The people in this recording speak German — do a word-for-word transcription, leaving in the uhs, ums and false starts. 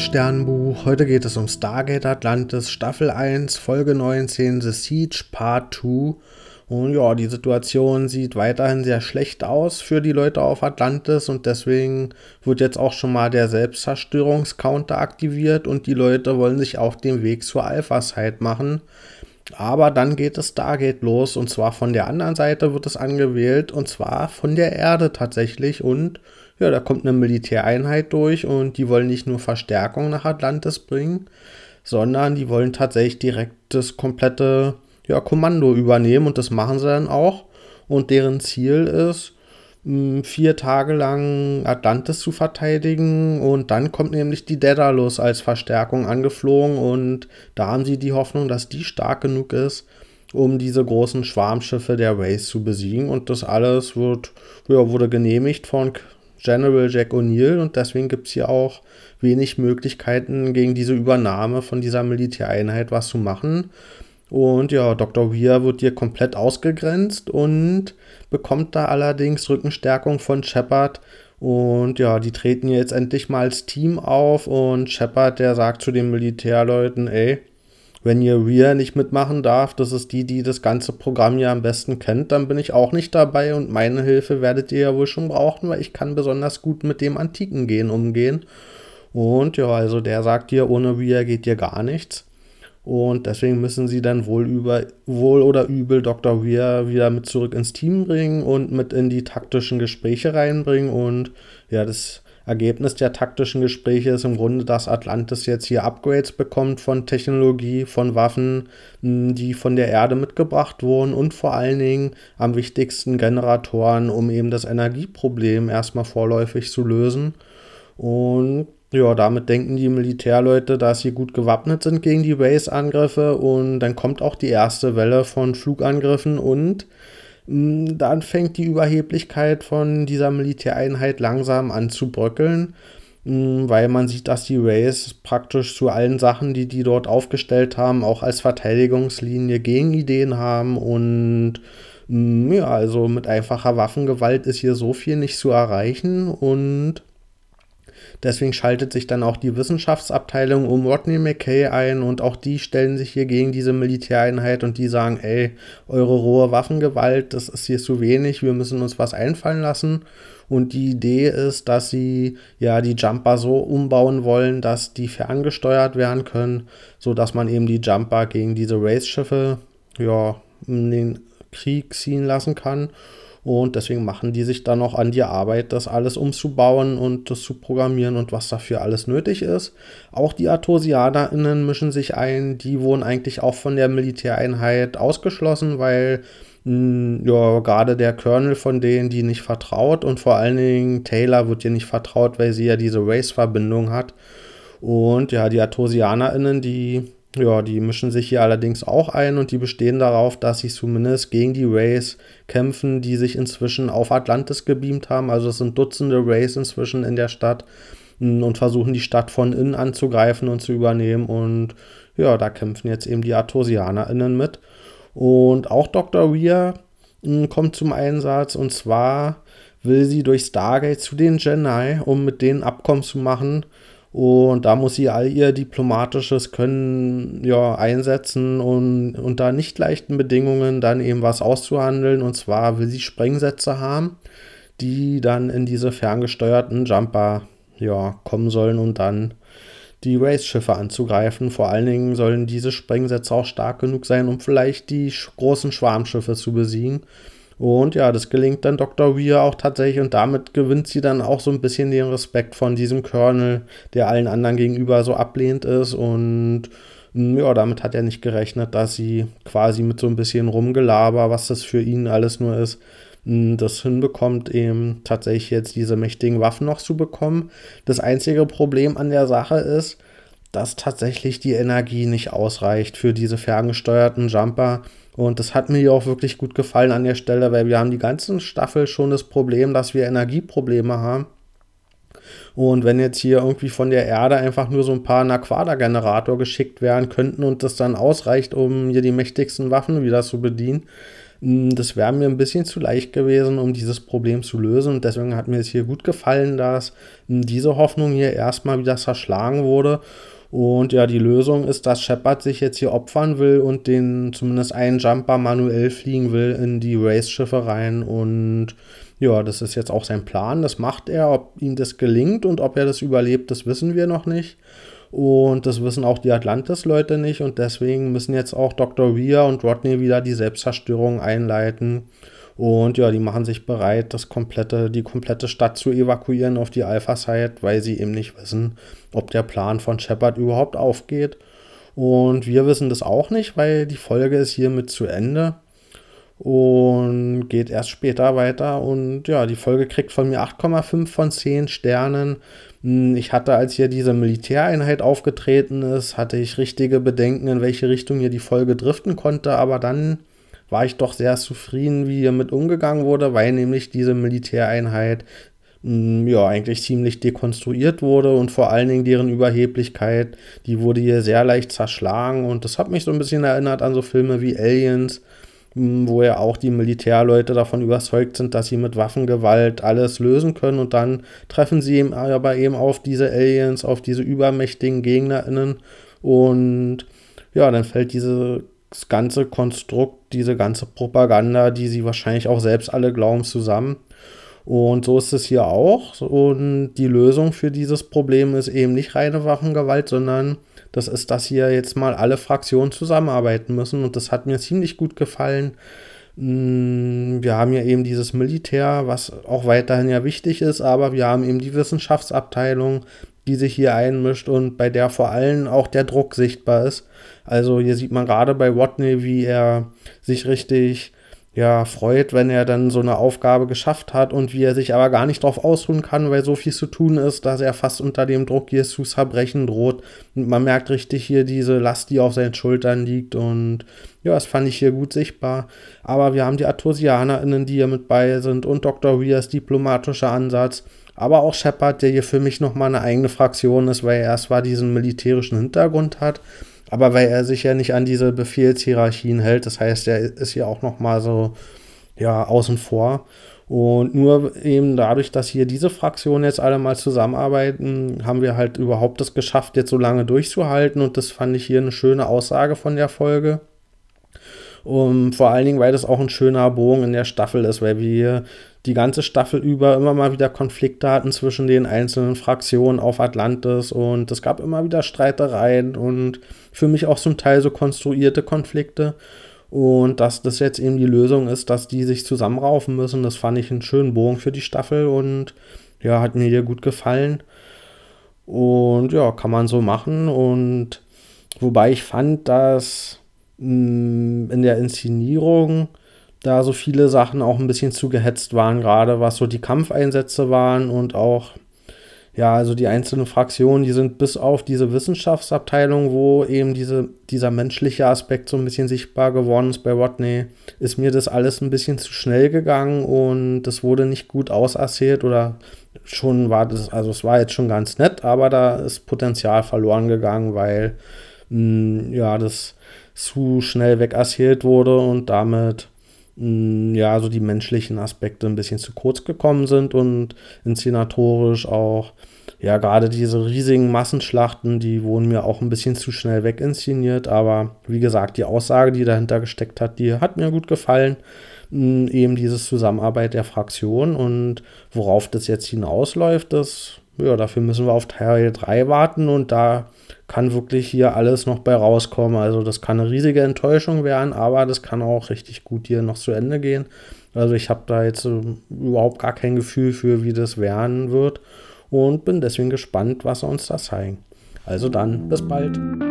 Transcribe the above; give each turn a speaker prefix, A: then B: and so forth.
A: liebes Sternbuch, heute geht es um Stargate Atlantis, Staffel eins, Folge neunzehn, The Siege, Part zwei. Und ja, die Situation sieht weiterhin sehr schlecht aus für die Leute auf Atlantis und deswegen wird jetzt auch schon mal der Selbstzerstörungscounter aktiviert und die Leute wollen sich auf den Weg zur Alpha-Site machen. Aber dann geht es Stargate los und zwar von der anderen Seite wird es angewählt und zwar von der Erde tatsächlich und ja, da kommt eine Militäreinheit durch und die wollen nicht nur Verstärkung nach Atlantis bringen, sondern die wollen tatsächlich direkt das komplette ja, Kommando übernehmen und das machen sie dann auch und deren Ziel ist, vier Tage lang Atlantis zu verteidigen und dann kommt nämlich die Daedalus als Verstärkung angeflogen und da haben sie die Hoffnung, dass die stark genug ist, um diese großen Schwarmschiffe der Wraith zu besiegen und das alles wird, ja, wurde genehmigt von General Jack O'Neill und deswegen gibt es hier auch wenig Möglichkeiten gegen diese Übernahme von dieser Militäreinheit was zu machen. Und ja, Doktor Weir wird hier komplett ausgegrenzt und bekommt da allerdings Rückenstärkung von Shepard. Und ja, die treten jetzt endlich mal als Team auf und Shepard, der sagt zu den Militärleuten, ey, wenn ihr Weir nicht mitmachen darf, das ist die, die das ganze Programm ja am besten kennt, dann bin ich auch nicht dabei und meine Hilfe werdet ihr ja wohl schon brauchen, weil ich kann besonders gut mit dem antiken Gen umgehen. Und ja, also der sagt hier, ohne Weir geht hier gar nichts. Und deswegen müssen sie dann wohl, über, wohl oder übel Doktor Weir wieder mit zurück ins Team bringen und mit in die taktischen Gespräche reinbringen. Und ja, das Ergebnis der taktischen Gespräche ist im Grunde, dass Atlantis jetzt hier Upgrades bekommt von Technologie, von Waffen, die von der Erde mitgebracht wurden und vor allen Dingen am wichtigsten Generatoren, um eben das Energieproblem erstmal vorläufig zu lösen. Und ja, damit denken die Militärleute, dass sie gut gewappnet sind gegen die Wraith-Angriffe und dann kommt auch die erste Welle von Flugangriffen und mh, dann fängt die Überheblichkeit von dieser Militäreinheit langsam an zu bröckeln, mh, weil man sieht, dass die Wraiths praktisch zu allen Sachen, die die dort aufgestellt haben, auch als Verteidigungslinie Gegenideen haben und mh, ja, also mit einfacher Waffengewalt ist hier so viel nicht zu erreichen und deswegen schaltet sich dann auch die Wissenschaftsabteilung um Rodney McKay ein und auch die stellen sich hier gegen diese Militäreinheit und die sagen, ey, eure rohe Waffengewalt, das ist hier zu wenig, wir müssen uns was einfallen lassen. Und die Idee ist, dass sie ja die Jumper so umbauen wollen, dass die ferngesteuert werden können, sodass man eben die Jumper gegen diese Wraith-Schiffe ja, in den Krieg ziehen lassen kann. Und deswegen machen die sich dann noch an die Arbeit, das alles umzubauen und das zu programmieren und was dafür alles nötig ist. Auch die ArtosianerInnen mischen sich ein, die wurden eigentlich auch von der Militäreinheit ausgeschlossen, weil mh, ja, gerade der Colonel von denen, die nicht vertraut und vor allen Dingen Taylor wird ihr nicht vertraut, weil sie ja diese Race-Verbindung hat. Und ja, die ArtosianerInnen, die Ja, die mischen sich hier allerdings auch ein und die bestehen darauf, dass sie zumindest gegen die Wraiths kämpfen, die sich inzwischen auf Atlantis gebeamt haben. Also es sind Dutzende Wraiths inzwischen in der Stadt und versuchen die Stadt von innen anzugreifen und zu übernehmen. Und ja, da kämpfen jetzt eben die ArtosianerInnen mit. Und auch Doktor Weir kommt zum Einsatz und zwar will sie durch Stargate zu den Genii, um mit denen Abkommen zu machen. Und da muss sie all ihr diplomatisches Können ja, einsetzen und unter nicht leichten Bedingungen dann eben was auszuhandeln. Und zwar will sie Sprengsätze haben, die dann in diese ferngesteuerten Jumper ja, kommen sollen und dann die Wraith-Schiffe anzugreifen. Vor allen Dingen sollen diese Sprengsätze auch stark genug sein, um vielleicht die großen Schwarmschiffe zu besiegen. Und ja, das gelingt dann Doktor Weir auch tatsächlich und damit gewinnt sie dann auch so ein bisschen den Respekt von diesem Colonel, der allen anderen gegenüber so ablehnend ist und ja, damit hat er nicht gerechnet, dass sie quasi mit so ein bisschen Rumgelaber, was das für ihn alles nur ist, das hinbekommt, eben tatsächlich jetzt diese mächtigen Waffen noch zu bekommen. Das einzige Problem an der Sache ist, dass tatsächlich die Energie nicht ausreicht für diese ferngesteuerten Jumper. Und das hat mir auch wirklich gut gefallen an der Stelle, weil wir haben die ganze Staffel schon das Problem, dass wir Energieprobleme haben. Und wenn jetzt hier irgendwie von der Erde einfach nur so ein paar Naquadah-Generator geschickt werden könnten und das dann ausreicht, um hier die mächtigsten Waffen wieder zu bedienen, Das wäre mir ein bisschen zu leicht gewesen, um dieses Problem zu lösen. Und deswegen hat mir es hier gut gefallen, dass diese Hoffnung hier erstmal wieder zerschlagen wurde. Und ja, die Lösung ist, dass Shepard sich jetzt hier opfern will und den zumindest einen Jumper manuell fliegen will in die Race-Schiffe rein. Und ja, das ist jetzt auch sein Plan. Das macht er. Ob ihm das gelingt und ob er das überlebt, das wissen wir noch nicht. Und das wissen auch die Atlantis-Leute nicht. Und deswegen müssen jetzt auch Doktor Weir und Rodney wieder die Selbstzerstörung einleiten. Und ja, die machen sich bereit, das komplette, die komplette Stadt zu evakuieren auf die Alpha-Site, weil sie eben nicht wissen, ob der Plan von Shepard überhaupt aufgeht. Und wir wissen das auch nicht, weil die Folge ist hiermit zu Ende und geht erst später weiter. Und ja, die Folge kriegt von mir acht Komma fünf von zehn Sternen. Ich hatte, als hier diese Militäreinheit aufgetreten ist, hatte ich richtige Bedenken, in welche Richtung hier die Folge driften konnte, aber dann war ich doch sehr zufrieden, wie hier mit umgegangen wurde, weil nämlich diese Militäreinheit mh, ja eigentlich ziemlich dekonstruiert wurde und vor allen Dingen deren Überheblichkeit, die wurde hier sehr leicht zerschlagen und das hat mich so ein bisschen erinnert an so Filme wie Aliens, mh, wo ja auch die Militärleute davon überzeugt sind, dass sie mit Waffengewalt alles lösen können und dann treffen sie eben aber eben auf diese Aliens, auf diese übermächtigen GegnerInnen und ja, dann fällt diese das ganze Konstrukt, diese ganze Propaganda, die sie wahrscheinlich auch selbst alle glauben, zusammen. Und so ist es hier auch. Und die Lösung für dieses Problem ist eben nicht reine Waffengewalt, sondern das ist, dass hier jetzt mal alle Fraktionen zusammenarbeiten müssen. Und das hat mir ziemlich gut gefallen. Wir haben ja eben dieses Militär, was auch weiterhin ja wichtig ist, aber wir haben eben die Wissenschaftsabteilung, die sich hier einmischt und bei der vor allem auch der Druck sichtbar ist. Also hier sieht man gerade bei Rodney, wie er sich richtig ja, freut, wenn er dann so eine Aufgabe geschafft hat und wie er sich aber gar nicht drauf ausruhen kann, weil so viel zu tun ist, dass er fast unter dem Druck hier zu zerbrechen droht. Und man merkt richtig hier diese Last, die auf seinen Schultern liegt und ja, das fand ich hier gut sichtbar. Aber wir haben die ArtosianerInnen, die hier mit bei sind und Doktor Weirs diplomatischer Ansatz. Aber auch Shepard, der hier für mich nochmal eine eigene Fraktion ist, weil er zwar diesen militärischen Hintergrund hat, aber weil er sich ja nicht an diese Befehlshierarchien hält. Das heißt, er ist ja auch nochmal so ja, außen vor. Und nur eben dadurch, dass hier diese Fraktionen jetzt alle mal zusammenarbeiten, haben wir halt überhaupt es geschafft, jetzt so lange durchzuhalten. Und das fand ich hier eine schöne Aussage von der Folge. Um, vor allen Dingen, weil das auch ein schöner Bogen in der Staffel ist, weil wir die ganze Staffel über immer mal wieder Konflikte hatten zwischen den einzelnen Fraktionen auf Atlantis und es gab immer wieder Streitereien und für mich auch zum Teil so konstruierte Konflikte und dass das jetzt eben die Lösung ist, dass die sich zusammenraufen müssen, das fand ich einen schönen Bogen für die Staffel und ja, hat mir hier gut gefallen und ja, kann man so machen und wobei ich fand, dass in der Inszenierung da so viele Sachen auch ein bisschen zu gehetzt waren, gerade was so die Kampfeinsätze waren und auch, ja, also die einzelnen Fraktionen, die sind bis auf diese Wissenschaftsabteilung, wo eben diese, dieser menschliche Aspekt so ein bisschen sichtbar geworden ist bei Rodney, ist mir das alles ein bisschen zu schnell gegangen und das wurde nicht gut auserzählt oder schon war das, also es war jetzt schon ganz nett, aber da ist Potenzial verloren gegangen, weil, mh, ja, das zu schnell wegerzählt wurde und damit mh, ja, so die menschlichen Aspekte ein bisschen zu kurz gekommen sind und inszenatorisch auch, ja, gerade diese riesigen Massenschlachten, die wurden mir auch ein bisschen zu schnell weginszeniert, aber wie gesagt, die Aussage, die dahinter gesteckt hat, die hat mir gut gefallen, mh, eben dieses Zusammenarbeit der Fraktion und worauf das jetzt hinausläuft, das, ja, dafür müssen wir auf Teil drei warten und da kann wirklich hier alles noch bei rauskommen. Also das kann eine riesige Enttäuschung werden, aber das kann auch richtig gut hier noch zu Ende gehen. Also ich habe da jetzt äh, überhaupt gar kein Gefühl für, wie das werden wird und bin deswegen gespannt, was er uns da zeigen. Also dann, bis bald.